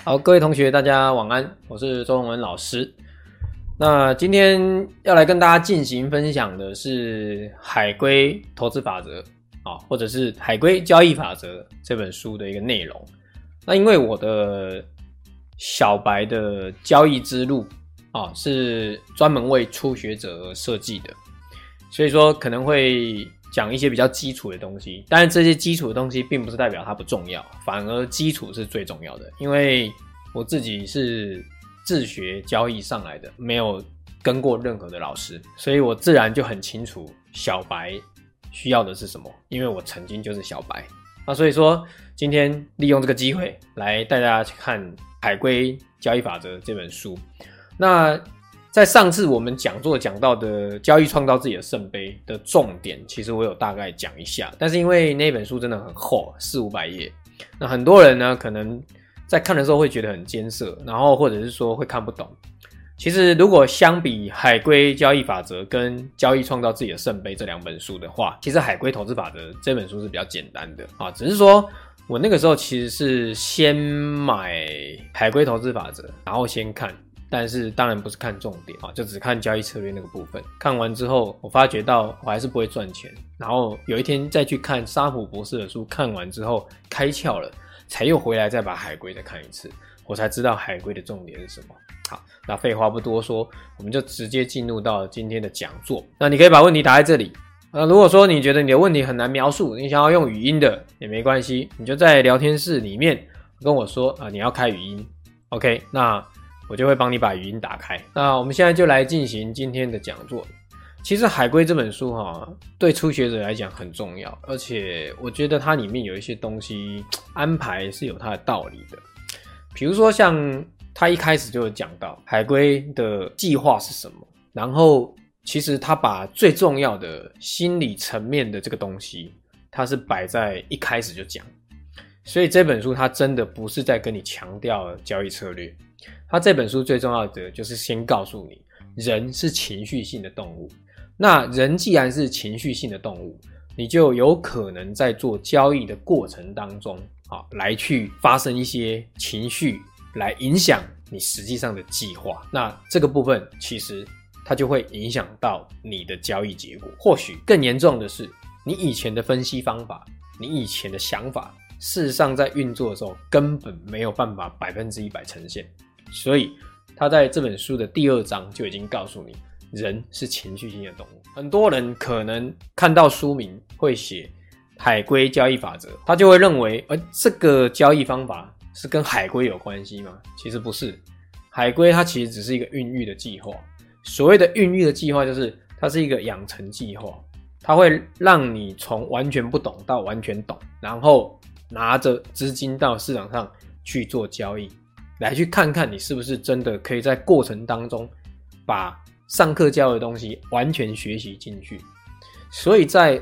好，各位同学，大家晚安，我是周荣文老师。那今天要来跟大家进行分享的是海龟投资法则或者是海龟交易法则这本书的一个内容。那因为我的小白的交易之路是专门为初学者而设计的，所以说可能会讲一些比较基础的东西，但是这些基础的东西并不是代表它不重要，反而基础是最重要的。因为我自己是自学交易上来的，没有跟过任何的老师，所以我自然就很清楚小白需要的是什么，因为我曾经就是小白。那所以说今天利用这个机会来带大家去看《海龟交易法则》这本书。那在上次我们讲座讲到的交易创造自己的圣杯的重点，其实我有大概讲一下，但是因为那本书真的很厚，400-500页，那很多人呢可能在看的时候会觉得很艰涩，然后或者是说会看不懂。其实如果相比海龟交易法则跟交易创造自己的圣杯这两本书的话，其实海龟投资法则这本书是比较简单的只是说我那个时候其实是先买海龟投资法则，然后先看，但是当然不是看重点就只看交易策略那个部分。看完之后我发觉到我还是不会赚钱，然后有一天再去看沙普博士的书，看完之后开窍了，才又回来再把海龟再看一次，我才知道海龟的重点是什么。好，那废话不多说，我们就直接进入到今天的讲座。那你可以把问题打在这里，如果说你觉得你的问题很难描述，你想要用语音的也没关系，你就在聊天室里面跟我说你要开语音 OK， 那我就会帮你把语音打开。那我们现在就来进行今天的讲座。其实海龟这本书对初学者来讲很重要，而且我觉得它里面有一些东西安排是有它的道理的。比如说像他一开始就有讲到海龟的计划是什么，然后其实他把最重要的心理层面的这个东西，他是摆在一开始就讲。所以这本书他真的不是在跟你强调交易策略，他这本书最重要的就是先告诉你，人是情绪性的动物。那人既然是情绪性的动物，你就有可能在做交易的过程当中来去发生一些情绪，来影响你实际上的计划。那这个部分其实它就会影响到你的交易结果。或许更严重的是，你以前的分析方法，你以前的想法，事实上在运作的时候根本没有办法100%呈现。所以他在这本书的第2章就已经告诉你，人是情绪性的动物。很多人可能看到书名会写海龟交易法则，他就会认为这个交易方法是跟海龟有关系吗？其实不是，海龟它其实只是一个孕育的计划。所谓的孕育的计划，就是它是一个养成计划，它会让你从完全不懂到完全懂，然后拿着资金到市场上去做交易，来去看看你是不是真的可以在过程当中把上课教的东西完全学习进去。所以在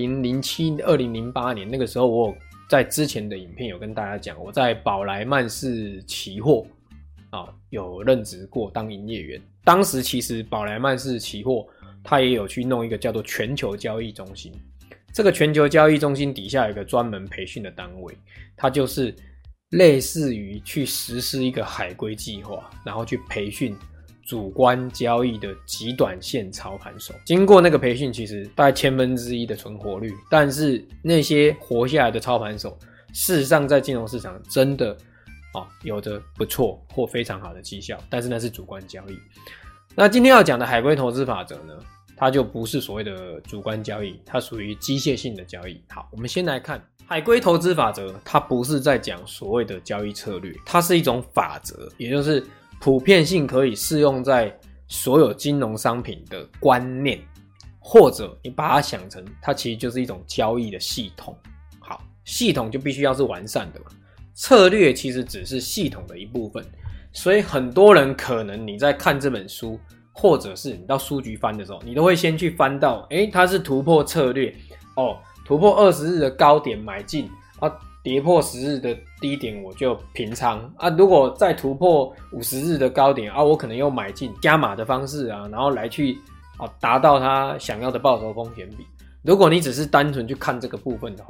2007、2008年那个时候，我有在之前的影片有跟大家讲，我在宝莱曼士期货有任职过当营业员。当时其实宝莱曼士期货它也有去弄一个叫做全球交易中心，这个全球交易中心底下有一个专门培训的单位，它就是类似于去实施一个海龟计划，然后去培训主观交易的极短线操盘手。经过那个培训，其实大概1/1000的存活率，但是那些活下来的操盘手，事实上在金融市场真的有着不错或非常好的绩效，但是那是主观交易。那今天要讲的海龟投资法则呢，它就不是所谓的主观交易，它属于机械性的交易。好，我们先来看海龟投资法则，它不是在讲所谓的交易策略，它是一种法则，也就是普遍性可以适用在所有金融商品的观念，或者你把它想成它其实就是一种交易的系统。好，系统就必须要是完善的嘛，策略其实只是系统的一部分。所以很多人可能你在看这本书，或者是你到书局翻的时候，你都会先去翻到它是突破策略突破20日的高点买进跌破10日的低点我就平仓如果再突破50日的高点我可能又买进，加码的方式然后来去达到他想要的报酬风险比。如果你只是单纯去看这个部分的话，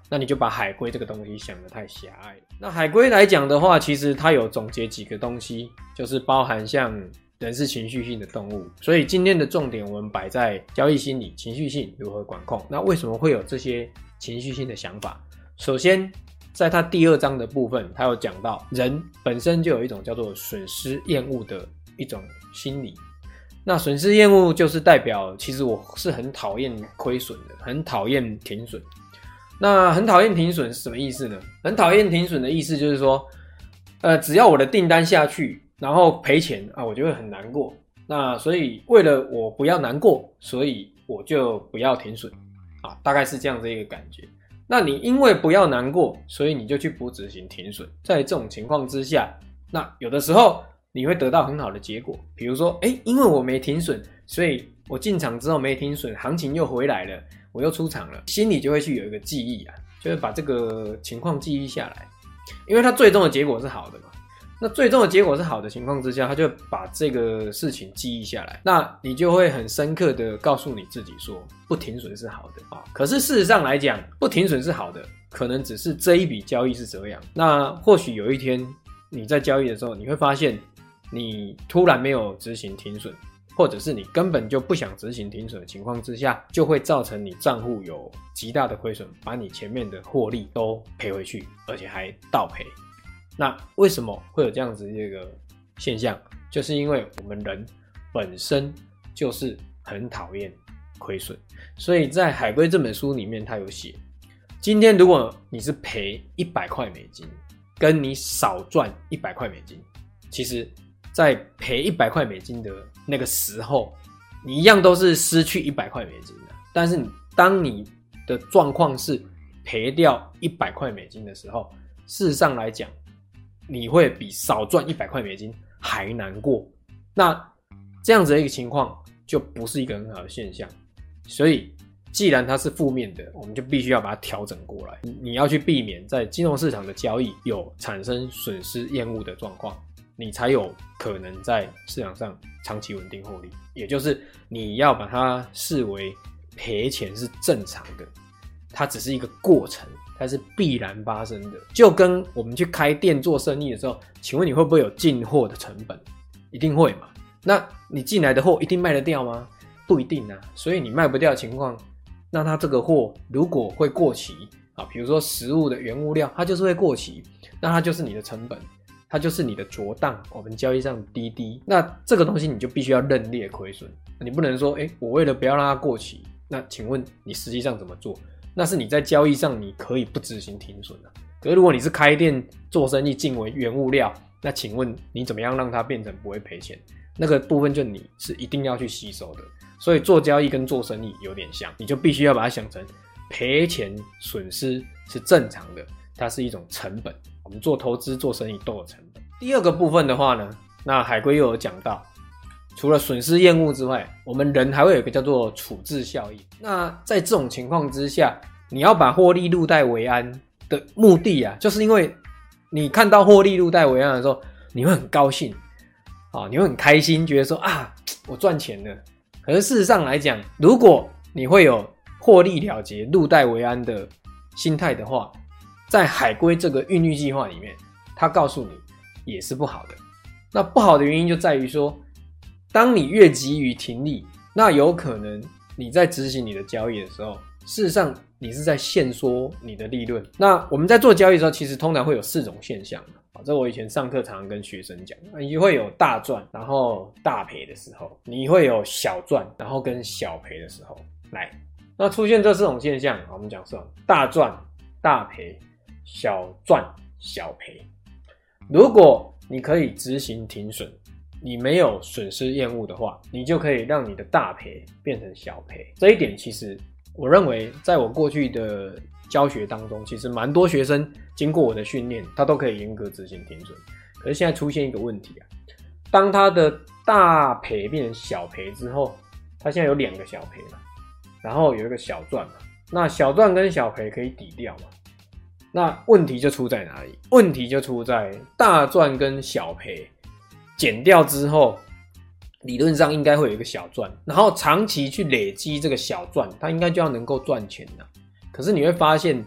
那你就把海龟这个东西想得太狭隘了。那海龟来讲的话，其实它有总结几个东西，就是包含像人是情绪性的动物，所以今天的重点我们摆在交易心理、情绪性如何管控。那为什么会有这些情绪性的想法？首先，在它第2章的部分，它有讲到人本身就有一种叫做损失厌恶的一种心理。那损失厌恶就是代表，其实我是很讨厌亏损的，很讨厌停损。那很讨厌停损是什么意思呢？很讨厌停损的意思就是说，只要我的订单下去，然后赔钱啊，我就会很难过。那所以为了我不要难过，所以我就不要停损啊，大概是这样的一个感觉。那你因为不要难过，所以你就去不执行停损。在这种情况之下，那有的时候你会得到很好的结果，比如说，因为我没停损，所以我进场之后没停损，行情又回来了，我又出场了，心里就会去有一个记忆啊，就会把这个情况记忆下来，因为它最终的结果是好的嘛。那最终的结果是好的情况之下，他就把这个事情记忆下来，那你就会很深刻的告诉你自己说，不停损是好的啊。可是事实上来讲，不停损是好的，可能只是这一笔交易是这样。那或许有一天你在交易的时候，你会发现你突然没有执行停损，或者是你根本就不想执行停损的情况之下，就会造成你账户有极大的亏损，把你前面的获利都赔回去，而且还倒赔。那为什么会有这样子的一个现象？就是因为我们人本身就是很讨厌亏损，所以在《海龟》这本书里面，它有写，今天如果你是赔100块美金，跟你少赚100块美金，其实在赔100块美金的那个时候，你一样都是失去100块美金的。但是当你的状况是赔掉100块美金的时候，事实上来讲，你会比少赚100块美金还难过。那这样子的一个情况就不是一个很好的现象。所以既然它是负面的，我们就必须要把它调整过来。你要去避免在金融市场的交易有产生损失厌恶的状况，你才有可能在市场上长期稳定获利。也就是你要把它视为赔钱是正常的，它只是一个过程，它是必然发生的。就跟我们去开店做生意的时候，请问你会不会有进货的成本？一定会嘛。那你进来的货一定卖得掉吗？不一定啊。所以你卖不掉的情况，那它这个货如果会过期啊，比如说食物的原物料，它就是会过期，那它就是你的成本，它就是你的着当，我们交易上滴。那这个东西你就必须要认列亏损，你不能说我为了不要让它过期，那请问你实际上怎么做？那是你在交易上你可以不执行停损的。可是如果你是开店做生意进为原物料，那请问你怎么样让它变成不会赔钱？那个部分就你是一定要去吸收的。所以做交易跟做生意有点像，你就必须要把它想成赔钱损失是正常的，它是一种成本。我们做投资做生意都有成本。第二个部分的话呢，那海龟又有讲到，除了损失厌恶之外，我们人还会有一个叫做处置效应。那在这种情况之下，你要把获利入袋为安的目的啊，就是因为你看到获利入袋为安的时候，你会很高兴啊，你会很开心，觉得说啊，我赚钱了。可是事实上来讲，如果你会有获利了结、入袋为安的心态的话，在海龟这个孕育计划里面，它告诉你也是不好的。那不好的原因就在于说，当你越急于停利，那有可能你在执行你的交易的时候，事实上你是在限缩你的利润。那我们在做交易的时候，其实通常会有4种现象。这我以前上课常常跟学生讲，你会有大赚然后大赔的时候，你会有小赚然后跟小赔的时候。来，那出现这4种现象，我们讲是大赚大赔小赚小赔。如果你可以执行停损，你没有损失厌恶的话，你就可以让你的大赔变成小赔。这一点其实我认为在我过去的教学当中，其实蛮多学生经过我的训练，他都可以严格执行停损。可是现在出现一个问题啊，当他的大赔变成小赔之后，他现在有2个小赔嘛，然后有一个小赚嘛，那小赚跟小赔可以抵掉嘛。那问题就出在哪里？问题就出在大赚跟小赔减掉之后，理论上应该会有一个小赚，然后长期去累积这个小赚，它应该就要能够赚钱了。可是你会发现，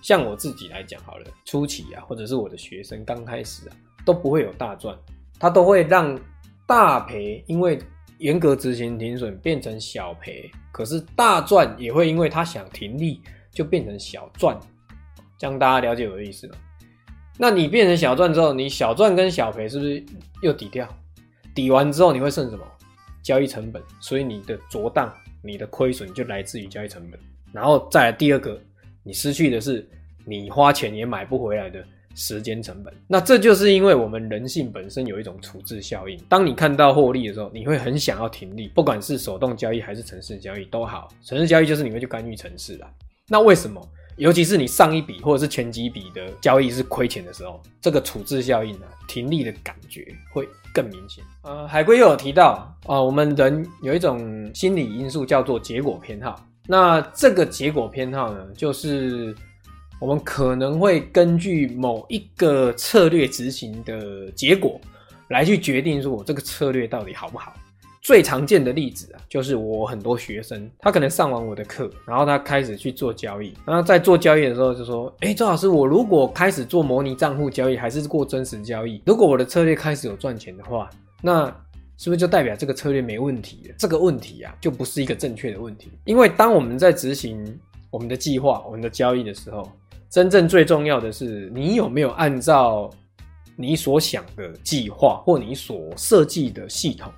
像我自己来讲好了，初期啊，或者是我的学生刚开始啊，都不会有大赚，他都会让大赔，因为严格执行停损变成小赔，可是大赚也会因为他想停利就变成小赚，这样大家了解我的意思吗？那你变成小赚之后，你小赚跟小赔是不是又抵掉？抵完之后你会剩什么？交易成本，所以你的着当、你的亏损就来自于交易成本。然后再来第二个，你失去的是你花钱也买不回来的时间成本。那这就是因为我们人性本身有一种处置效应，当你看到获利的时候，你会很想要停利，不管是手动交易还是程式交易都好，程式交易就是你会去干预程式啦。那为什么？尤其是你上一笔或者是前几笔的交易是亏钱的时候，这个处置效应啊，停利的感觉会更明显。海龟又有提到我们人有一种心理因素叫做结果偏好。那这个结果偏好呢，就是我们可能会根据某一个策略执行的结果来去决定说我这个策略到底好不好。最常见的例子啊，就是我很多学生，他可能上完我的课，然后他开始去做交易，然后在做交易的时候就说，周老师，我如果开始做模拟账户交易，还是过真实交易，如果我的策略开始有赚钱的话，那是不是就代表这个策略没问题了？这个问题啊，就不是一个正确的问题。因为当我们在执行我们的计划、我们的交易的时候，真正最重要的是你有没有按照你所想的计划或你所设计的系统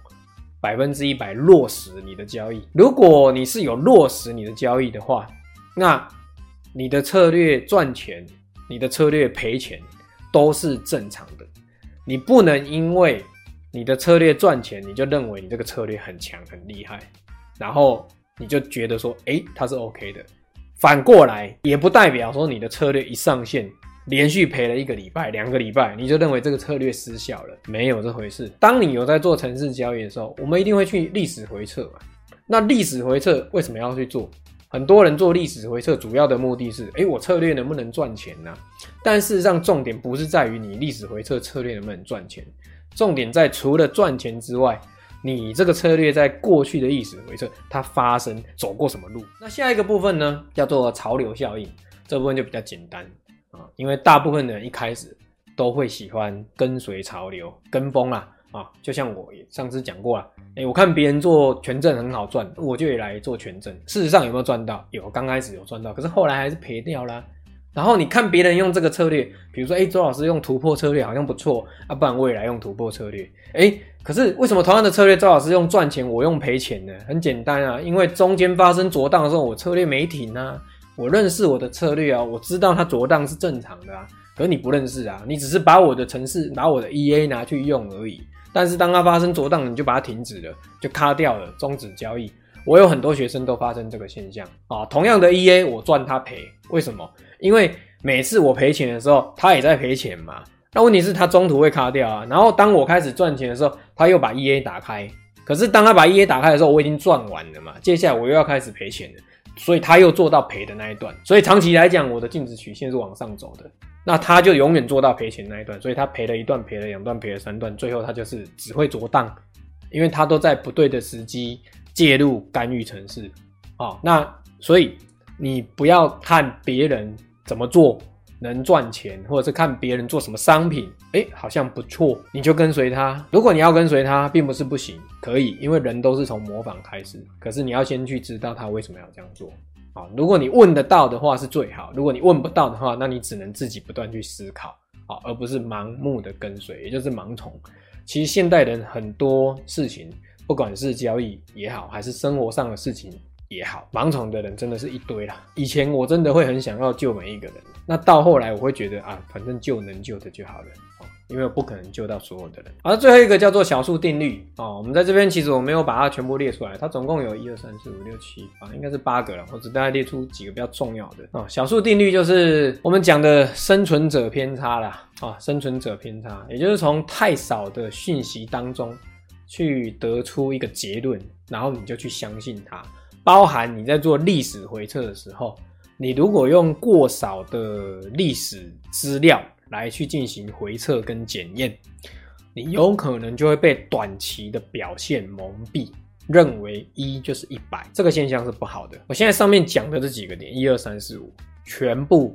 100%落实你的交易。如果你是有落实你的交易的话，那你的策略赚钱，你的策略赔钱都是正常的。你不能因为你的策略赚钱，你就认为你这个策略很强很厉害，然后你就觉得说它是 OK 的。反过来也不代表说你的策略一上线连续赔了1个礼拜、2个礼拜，你就认为这个策略失效了，没有这回事。当你有在做程式交易的时候，我们一定会去历史回测嘛。那历史回测为什么要去做？很多人做历史回测主要的目的是我策略能不能赚钱啊？但事实上重点不是在于你历史回测策略能不能赚钱，重点在除了赚钱之外，你这个策略在过去的历史回测它发生走过什么路。那下一个部分呢，叫做潮流效应，这部分就比较简单因为大部分的人一开始都会喜欢跟随潮流、跟风啦就像我也上次讲过啦，我看别人做权证很好赚，我就也来做权证。事实上有没有赚到？有，刚开始有赚到，可是后来还是赔掉啦。然后你看别人用这个策略，比如说周老师用突破策略好像不错不然我也来用突破策略。可是为什么同样的策略周老师用赚钱，我用赔钱呢？很简单啊，因为中间发生着当的时候，我策略没停啊。我认识我的策略我知道它着当是正常的可是你不认识你只是把我的程式、把我的 EA 拿去用而已。但是当它发生着当，你就把它停止了，就卡掉了，终止交易。我有很多学生都发生这个现象同样的 EA 我赚他赔，为什么？因为每次我赔钱的时候，他也在赔钱嘛。那问题是他中途会卡掉然后当我开始赚钱的时候，他又把 EA 打开。可是当他把 EA 打开的时候，我已经赚完了嘛，接下来我又要开始赔钱了。所以他又做到赔的那一段，所以长期来讲我的净值曲线是往上走的，那他就永远做到赔钱那一段，所以他赔了1段，赔了2段，赔了3段，最后他就是只会着当，因为他都在不对的时机介入干预程式那所以你不要看别人怎么做能赚钱，或者是看别人做什么商品好像不错，你就跟随他。如果你要跟随他并不是不行，可以，因为人都是从模仿开始，可是你要先去知道他为什么要这样做如果你问得到的话是最好，如果你问不到的话，那你只能自己不断去思考而不是盲目的跟随，也就是盲从。其实现代人很多事情，不管是交易也好，还是生活上的事情也好，盲从的人真的是一堆啦。以前我真的会很想要救每一个人，那到后来我会觉得反正救能救的就好了因为我不可能救到所有的人。而最后一个叫做小数定律我们在这边其实我没有把它全部列出来，它总共有1、2、3、4、5、6、7、8，应该是8个了，我只大概列出几个比较重要的小数定律就是我们讲的生存者偏差啦生存者偏差，也就是从太少的讯息当中去得出一个结论，然后你就去相信它。包含你在做历史回测的时候，你如果用过少的历史资料来去进行回测跟检验，你有可能就会被短期的表现蒙蔽，认为1就是100，这个现象是不好的。我现在上面讲的这几个点1、2、3、4、5全部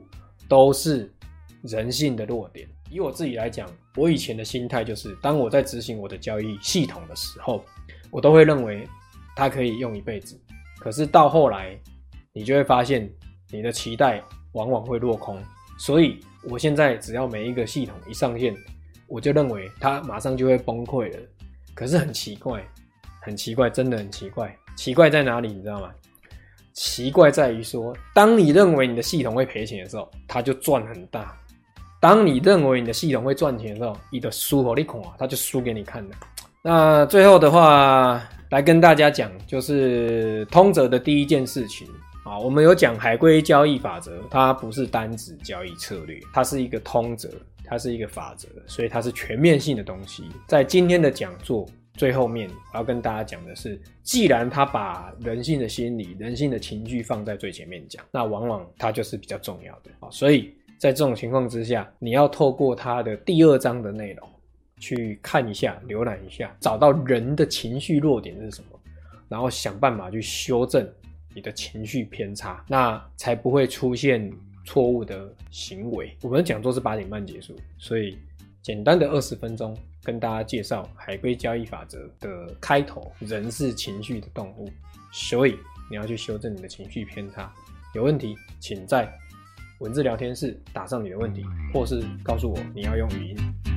都是人性的弱点。以我自己来讲，我以前的心态就是，当我在执行我的交易系统的时候，我都会认为它可以用一辈子。可是到后来，你就会发现你的期待往往会落空。所以我现在只要每一个系统一上线，我就认为它马上就会崩溃了。可是很奇怪，真的很奇怪。奇怪在哪里你知道吗？奇怪在于说，当你认为你的系统会赔钱的时候，它就赚很大；当你认为你的系统会赚钱的时候，你的输给你看，它就输给你看了。那最后的话，来跟大家讲，就是通则的第一件事情啊，我们有讲海龟交易法则，它不是单指交易策略，它是一个通则，它是一个法则，所以它是全面性的东西。在今天的讲座最后面，我要跟大家讲的是，既然他把人性的心理、人性的情绪放在最前面讲，那往往它就是比较重要的。所以在这种情况之下，你要透过它的第2章的内容去看一下、浏览一下，找到人的情绪弱点是什么，然后想办法去修正你的情绪偏差，那才不会出现错误的行为。我们的讲座是8点半结束，所以简单的20分钟跟大家介绍海龟交易法则的开头，人是情绪的动物，所以你要去修正你的情绪偏差。有问题请在文字聊天室打上你的问题，或是告诉我你要用语音。